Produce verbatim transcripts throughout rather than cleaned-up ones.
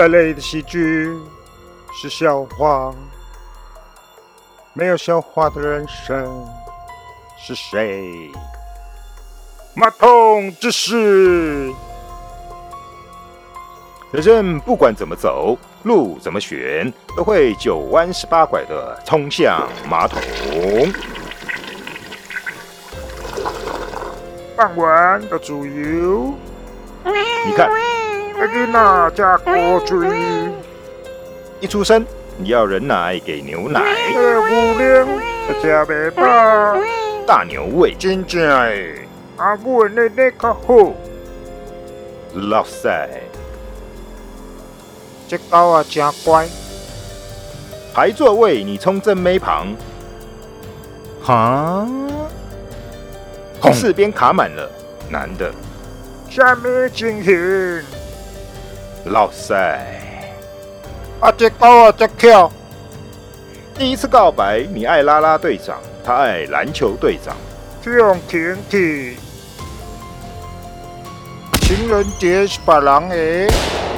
败类的喜剧是笑话，没有笑话的人生是谁？马桶之事。 人生不管怎么走，路怎么选，都会九弯十八拐的冲向马桶。 傍晚的自由， 你看， 那个哪家国追？ 一出生你要人奶给牛奶， 那五年的加白吧， 大牛胃， 真正的阿母的那较好。 老塞， 这狗啊真乖。 排座位你冲正妹旁，哈，四边卡满了，男的， 什么情形？ 老塞， 啊这狗啊真巧。 第一次告白，你爱啦啦队长，他爱篮球队长。 用天气，情人节是别人的。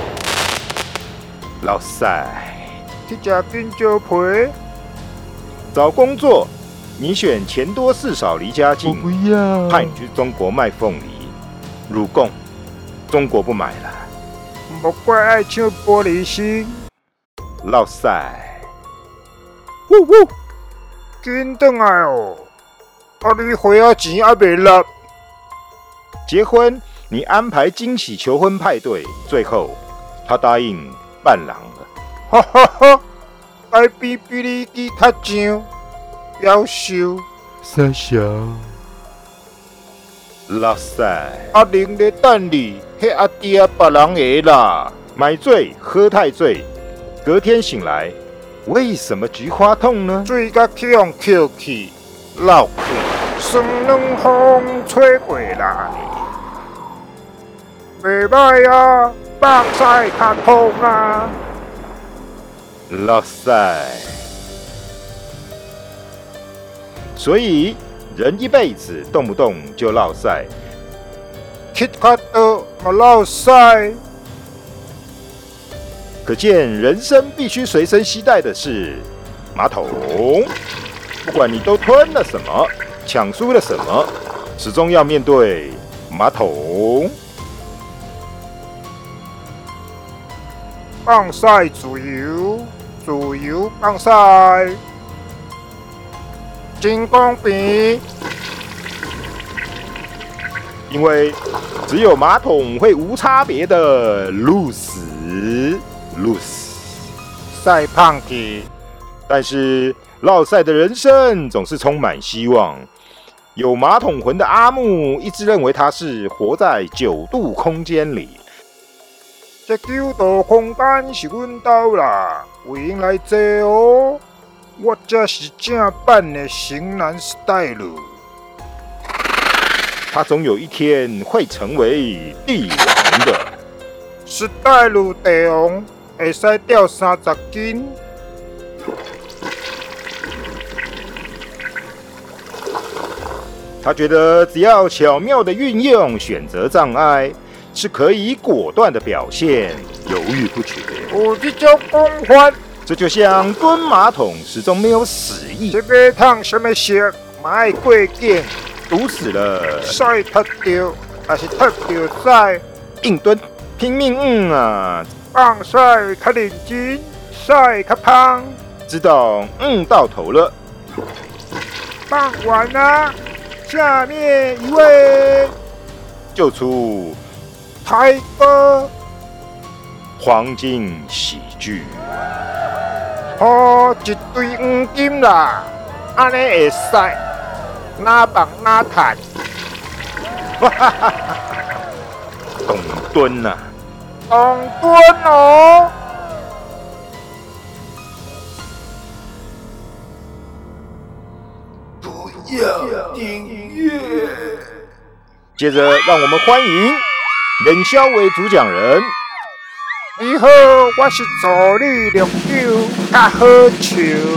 老塞， 去吃香蕉皮。 找工作，你选钱多事少离家近， 我不要。 派你去中国卖凤梨，乳贡，中国不买了。 莫怪爱抢玻璃心。 老塞， 呜呜，紧转来哦！啊，你花啊钱还未落。 结婚，你安排惊喜求婚派对，最后他答应伴郎了。 哈哈哈！爱比比你机较上，夭寿。 傻小。 老塞， 阿玲咧等你，迄阿爹别人的啦。 买醉喝太醉，隔天醒来，为什么菊花痛呢？ 水甲呛翘起，流气，酸冷风吹过来，袂歹啊，目屎较痛啊。 老塞，所以人一辈子动不动就落塞， 乞卡多嘛落塞。 可见人生必须随身携带的是马桶。不管你都吞了什么，抢输了什么，始终要面对马桶。 放屎自由，自由放屎，真公平。 因为只有马桶会无差别的鹿死鹿死， 晒胖体。 但是落赛的人生总是充满希望。有马桶魂的阿木一直认为他是活在九度空间里。 这九度空间是阮兜啦，为因来坐哦。我这是正版的型男 style。 他总有一天会成为帝王的。 style 帝王会使钓三十斤。 他觉得只要巧妙的运用选择障碍，是可以果断的表现，犹豫不决。 有这种讲法， 这就像蹲马桶始终没有死意， 这要烫什么色，嘛爱过境， 堵死了， 晒脱掉，还是脱掉晒， 硬蹲，拼命嗯啊， 放晒较认真，晒较胖， 知道嗯到头了。 放完啦，下面一位就出台哥。 黄金喜剧， 哦，一堆黄金啦，安尼会使，哪放哪赚。 哈哈哈哈！懂蹲呐， 懂蹲哦。 不要订阅。 接着让我们欢迎冷肖为主讲人。 你好，我是助理绿友，较好笑。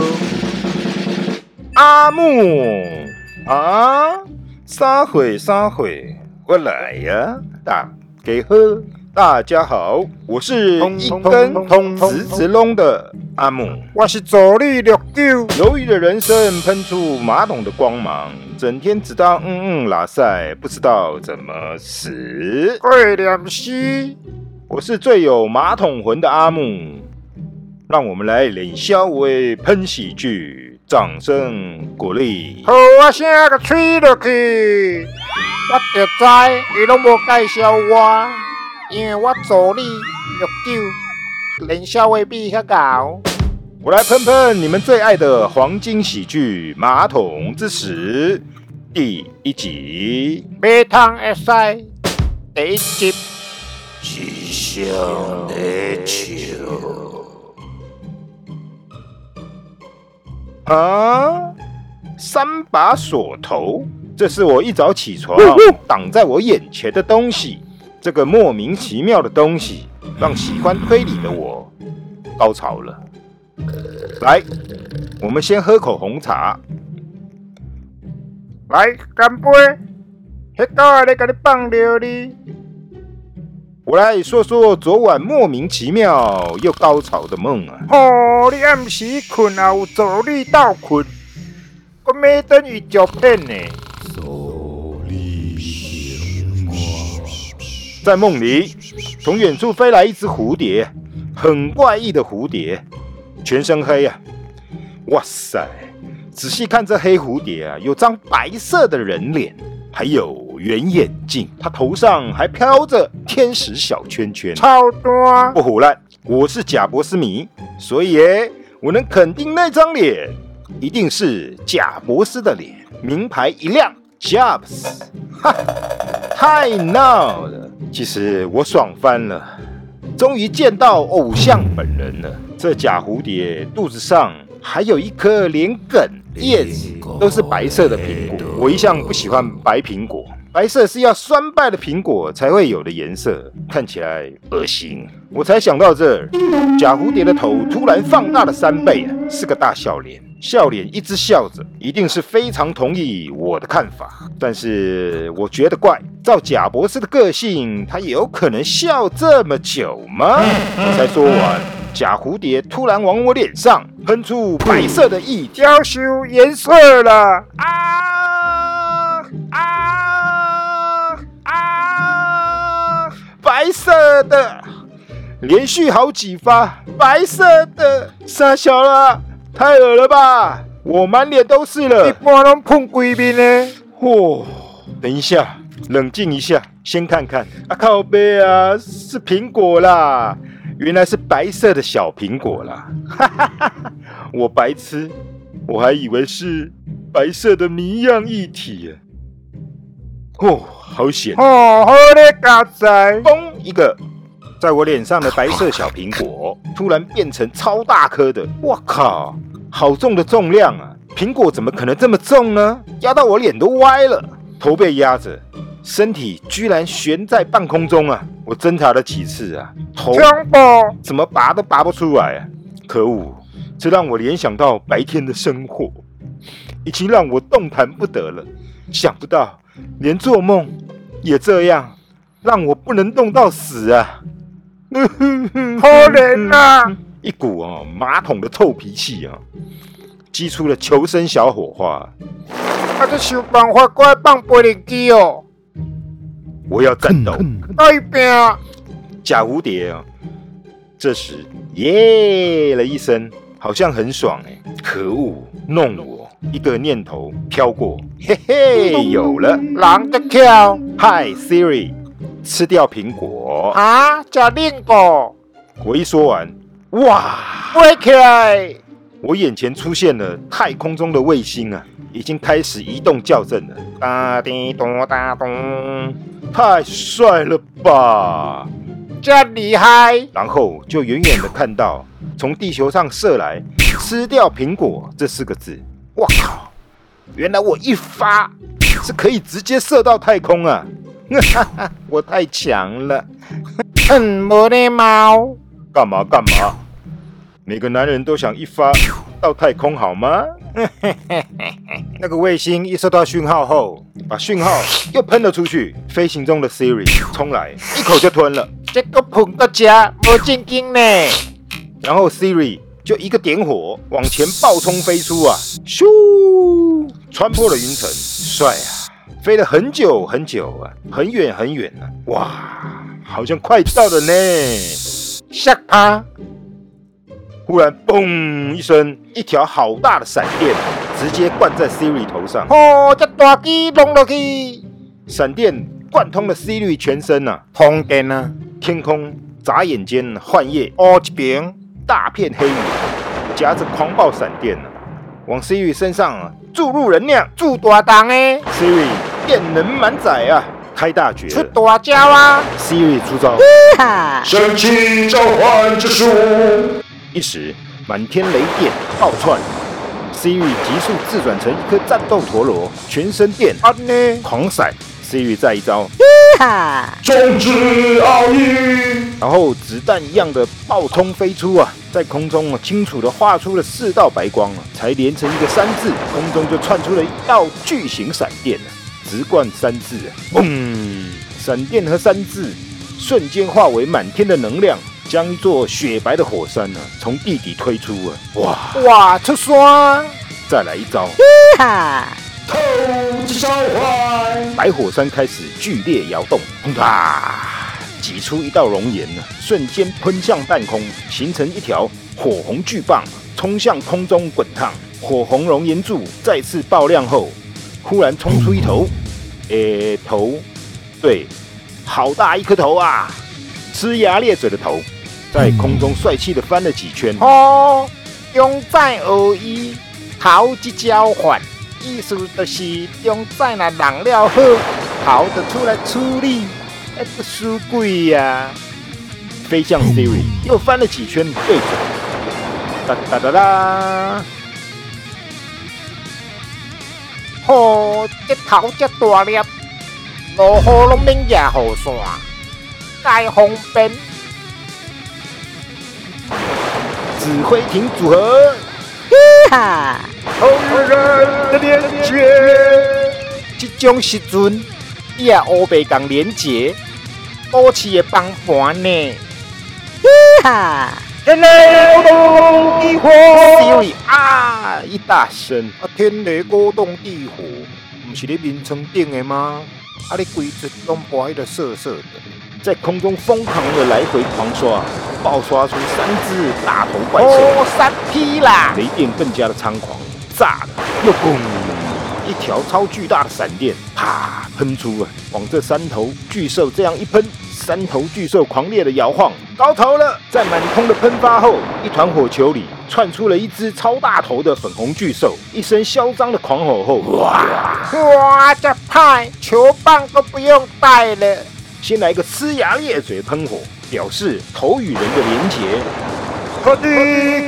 阿木啊，三岁三岁，我来呀，大家好。 大家好，我是一根直直窿的阿木， 我是助理六九。 忧郁的人生喷出马桶的光芒，整天只当嗯嗯拉塞，不知道怎么死。 贵念诗， 我是最有马桶魂的阿木，让我们来练小话喷喜剧，掌声鼓励。 好啊，声个吹落去，我就知伊拢无介绍我。因为我助理六九，练小话比较高。 我来喷喷你们最爱的黄金喜剧《马桶之死》第一集。 马桶会使第一集。 是上的笑。 啊！三把锁头，这是我一早起床挡在我眼前的东西。这个莫名其妙的东西，让喜欢推理的我高潮了。来，我们先喝口红茶。 来，干杯！迄狗仔咧甲你放尿哩。 我来说说昨晚莫名其妙又高潮的梦啊！ 哦，你暗时困啊，有助理斗困，我没等于照片呢。 在梦里，从远处飞来一只蝴蝶，很怪异的蝴蝶，全身黑啊！哇塞！仔细看这黑蝴蝶啊，有张白色的人脸，还有圆眼镜，它头上还飘着天使小圈圈， 超多！ 不唬烂，我是贾博士迷，所以耶，我能肯定那张脸一定是贾博士的脸，名牌一亮 ，Jobs， 哈，太闹了。其实我爽翻了，终于见到偶像本人了。这假蝴蝶肚子上还有一颗连梗叶子都是白色的苹果。我一向不喜欢白苹果，白色是要酸败的苹果才会有的颜色，看起来恶心。我才想到这儿，假蝴蝶的头突然放大了三倍，是个大笑脸。笑脸一直笑着，一定是非常同意我的看法。但是我觉得怪，照贾博士的个性，他有可能笑这么久吗？我才说完，假蝴蝶突然往我脸上喷出白色的液体， 要修颜色了！ 啊啊啊！白色的，连续好几发白色的，傻小了。太恶了吧！我满脸都是了， 一般拢喷规面呢。 哦，等一下，冷静一下，先看看。啊靠背啊，是苹果啦，原来是白色的小苹果啦！哈哈哈哈，我白痴，我还以为是白色的谜样液体啊。哦，好险！ 哦，好咧，加载。 嘣一个。在我脸上的白色小苹果突然变成超大颗的，我靠，好重的重量啊！苹果怎么可能这么重呢？压到我脸都歪了，头被压着，身体居然悬在半空中啊！我挣扎了几次啊，头怎么拔都拔不出来啊！可恶，这让我联想到白天的生活，已经让我动弹不得了。想不到连做梦也这样，让我不能动到死啊！ 可怜啊！ 一股啊马桶的臭脾气啊，激出了求生小火花。 啊，这想办法过来放飞灵机哦！ 我要战斗！ 对拼！ 假蝴蝶啊，这时耶了一声，好像很爽哎！可恶，弄我！一个念头飘过，嘿嘿，有了！ 人在跳。 Hi Siri。吃掉苹果啊！吃苹果！ 我一说完，哇， 飞起来！ 我眼前出现了太空中的卫星啊，已经开始移动校正了。哒滴咚哒咚，太帅了吧！ 这厉害！ 然后就远远的看到从地球上射来“吃掉苹果”这四个字。哇靠！原来我一发是可以直接射到太空啊！我太强了， 嗯，没礼貌。 干嘛干嘛？每个男人都想一发到太空，好吗？那个卫星一收到讯号后，把讯号又喷了出去。飞行中的 Siri 冲来，一口就吞了。 这个碰个家无正经呢。 然后 Siri 就一个点火往前暴冲飞出啊，咻，穿破了云层，帅啊！飞了很久很久啊，很远很远啊，哇，好像快到了呢。 吓他！ 忽然嘣一声，一条好大的闪电直接灌在 Siri 头上。 哦，这大机弄落去， 闪电贯通了 Siri 全身啊， 通电啊！ 天空眨眼间幻夜， 哦，一边大片黑云夹着狂暴闪电啊，往 Siri 身上啊注入能量， 注大档诶， Siri 电能满载啊，开大绝出了。 大招啊！ Siri 出招， 神奇召唤之术， 一时满天雷电爆窜 ，Siri 急速自转成一颗战斗陀螺，全身电安呢？ 狂闪。Siri 再一招， 终止奥义， 然后子弹一样的爆冲飞出啊，在空中啊清楚的画出了四道白光啊，才连成一个三字，空中就窜出了一道巨型闪电啊，直贯三字啊，嘣！闪电和三字瞬间化为满天的能量，将一座雪白的火山啊从地底推出啊，哇！ 哇，出山！ 再来一招， 透之召唤， 白火山开始剧烈摇动，砰啪，挤出一道熔岩呢，瞬间喷向半空，形成一条火红巨棒，冲向空中滚烫。火红熔岩柱再次爆亮后，忽然冲出一头，诶、头，对，好大一颗头啊！呲牙咧嘴的头，在空中帅气的翻了几圈。 哦，中在而已，头一交换。意思就是中在那人了好，头就出来处理，那个输鬼呀！ 飞向 Siri， 又翻了几圈对准，哒哒哒哒。 哦，这头这大粒，落雨拢免惹雨伞，介方便。 指挥艇组合， 同与人的连结， 这种时阵，你也乌白共连结，保持的帮盘呢。 人类动地火， Siri 啊一大声， 啊，天雷勾动地火，不是咧眠床顶的吗？啊，你规身拢播迄个涩涩的， 在空中疯狂的来回狂刷，爆刷出三只大头怪兽， 哦，三匹啦！ 雷电更加的猖狂，炸了又嘣，一条超巨大的闪电啪喷出了，往这三头巨兽这样一喷，三头巨兽狂烈的摇晃，高潮了！在满空的喷发后，一团火球里窜出了一只超大头的粉红巨兽，一声嚣张的狂吼后，哇！ 哇，这派球棒都不用带了。 先来个呲牙咧嘴喷火，表示头与人的连结。 破地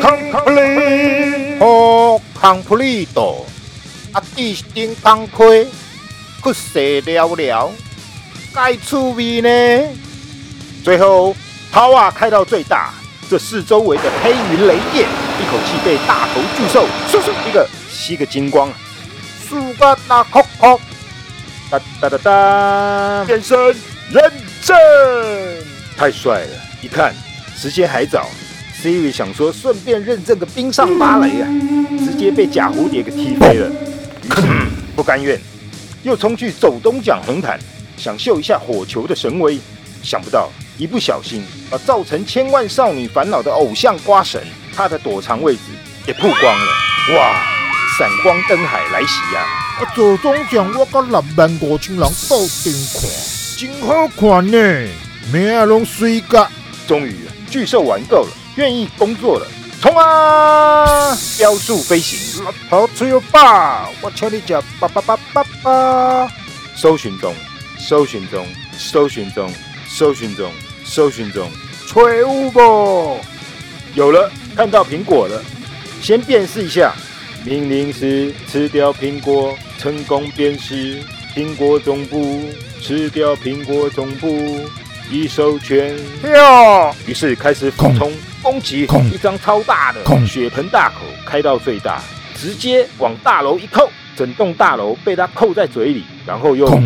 complete， 哦 ，complete， 啊，地顶工开，骨细了了，该趣味呢。 最后 power 开到最大，这四周围的黑云雷电，一口气被大头巨兽嗖嗖一个吸个精光， 四个大壳壳， 哒哒哒哒， 变身认证， 太帅了！一看时间还早 ，Siri 想说顺便认证个冰上芭蕾啊，直接被假蝴蝶给踢飞了。于是不甘愿，又冲去走东奖横潭，想秀一下火球的神威。想不到一不小心，把造成千万少女烦恼的偶像瓜神，他的躲藏位置也曝光了。哇！闪光灯海来袭啊！ 啊，左中奖我甲六万五千人斗阵看，真好看呢，名啊拢水甲。 终于巨兽玩够了，愿意工作了，冲啊！飙速飞行， 老头吹有吧，我请你吃叭叭叭叭叭。 搜寻中，搜寻中，搜寻中，搜寻中，搜寻中， 吹有不？ 有了，看到苹果了，先辨识一下。命令是吃掉苹果，成功辨识苹果总部，吃掉苹果总部，已授权。 哟， 于是开始俯冲攻击，一张超大的血盆大口开到最大，直接往大楼一扣，整栋大楼被他扣在嘴里，然后又一喷，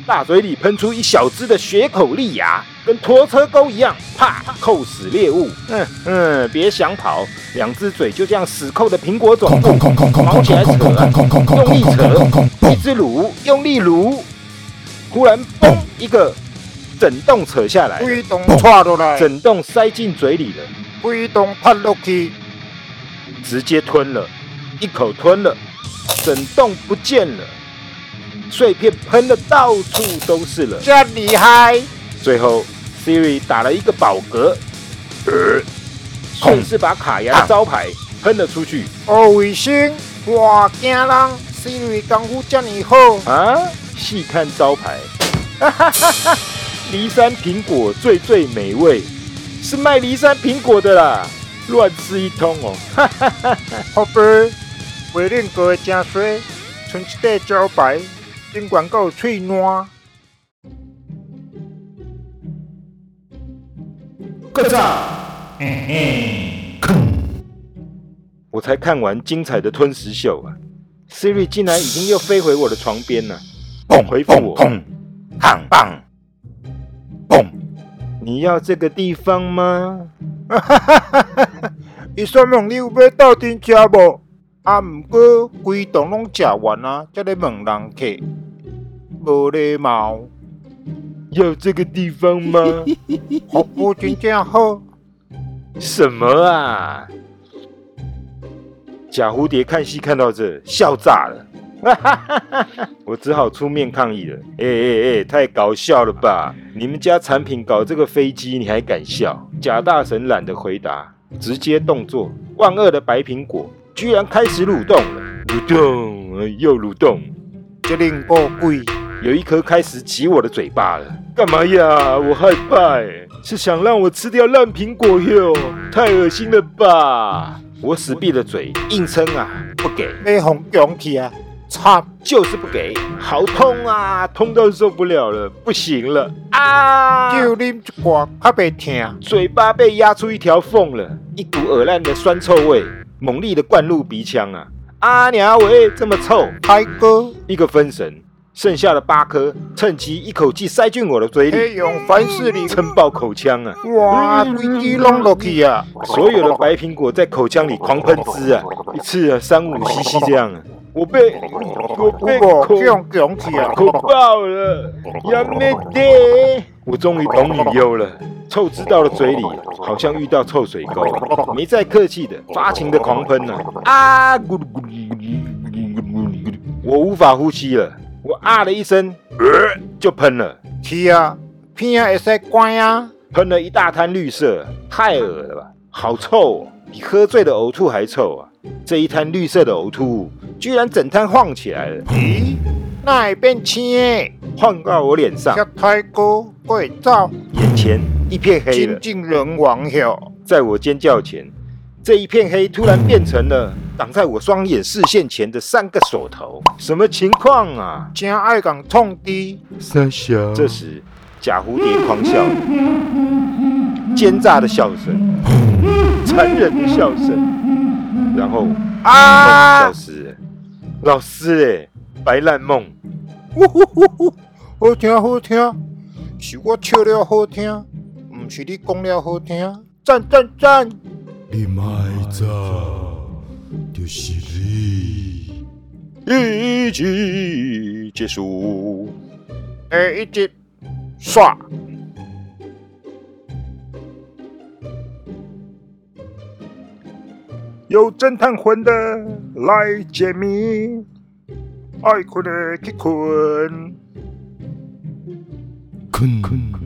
大嘴里喷出一小只的血口利牙，跟拖车钩一样，啪扣死猎物。嗯嗯，别想跑，两只嘴就这样死扣的苹果总部，毛起来扯，用力扯，一只撸，用力撸，忽然嘣一个，整栋扯下来， 规栋插落来， 整栋塞进嘴里了， 规栋拍落去， 直接吞了，一口吞了，整栋不见了。碎片喷的到处都是了， 这厉害！ 最后 Siri 打了一个饱嗝，呃，顺势把卡牙的招牌喷了出去。 哦，卫生，哇，惊人 ！Siri 功夫这么好啊！细看招牌，哈哈哈哈！梨山苹果最最美味，是卖梨山苹果的啦，乱吃一通哦！哈哈哈哈！ 宝贝儿，为恁哥真水，剩一块招牌。顶管够脆烂， 个炸，嘿嘿， 我才看完精彩的吞食秀啊 ，Siri 竟然已经又飞回我的床边了，回复我， 棒棒，嘣！ 你要这个地方吗？ 哈哈哈哈哈！伊说问你有要斗阵吃无？啊，毋过规栋拢食完啊，才咧问人客，无礼貌。 要这个地方吗？ 服务真正好。 什么啊？假蝴蝶看戏看到这，笑炸了。我只好出面抗议了。哎哎哎，太搞笑了吧！你们家产品搞这个飞机，你还敢笑？假大神懒得回答，直接动作。万恶的白苹果居然开始蠕动了，蠕动又蠕动， 这令够贵。 有一颗开始挤我的嘴巴了。干嘛呀？我害怕哎，是想让我吃掉烂苹果哟？太恶心了吧！我死闭了嘴，硬撑啊，不给。 被红强去啊！惨， 就是不给，好痛啊，痛到受不了了，不行了啊！ 就啉一罐，较袂痛。 嘴巴被压出一条缝了，一股恶烂的酸臭味猛力的灌入鼻腔啊！啊娘喂，这么臭！ 开哥， 一个分神，剩下的八颗趁机一口气塞进我的嘴里， 用凡士林撑爆口腔啊！ 哇，规支拢落去啊！ 所有的白苹果在口腔里狂喷汁啊，一次啊三五 C C 这样啊！我被我被口强去啊， 口爆了，呀没得！我终于懂女优了，臭汁到了嘴里，好像遇到臭水沟，没再客气的，发情的狂喷了啊！咕噜咕噜咕噜咕噜咕噜，我无法呼吸了，我啊了一声，呃、就喷了。 是啊，片会使关啊， 喷了一大滩绿色，太恶了吧，好臭哦，比喝醉的呕吐还臭啊！这一滩绿色的呕吐物，居然整滩晃起来了。 咦，那会变青的？ 晃到我脸上， 这太高会走， 眼前一片黑了， 精尽人亡哟！ 在我尖叫前，这一片黑突然变成了挡在我双眼视线前的三个手头，什么情况啊？ 真爱讲痛的， 傻笑。 这时，假蝴蝶狂笑，奸诈的笑声，残忍的笑声。然后啊，消失了。老师哎，白烂梦， 呼呼呼呼，好听好听，是我笑了好听，不是你讲了好听，赞赞赞！ 你卖走，就是你。 一集结束， 第一集刷。 有侦探魂的来解谜，爱困的去困。 困困。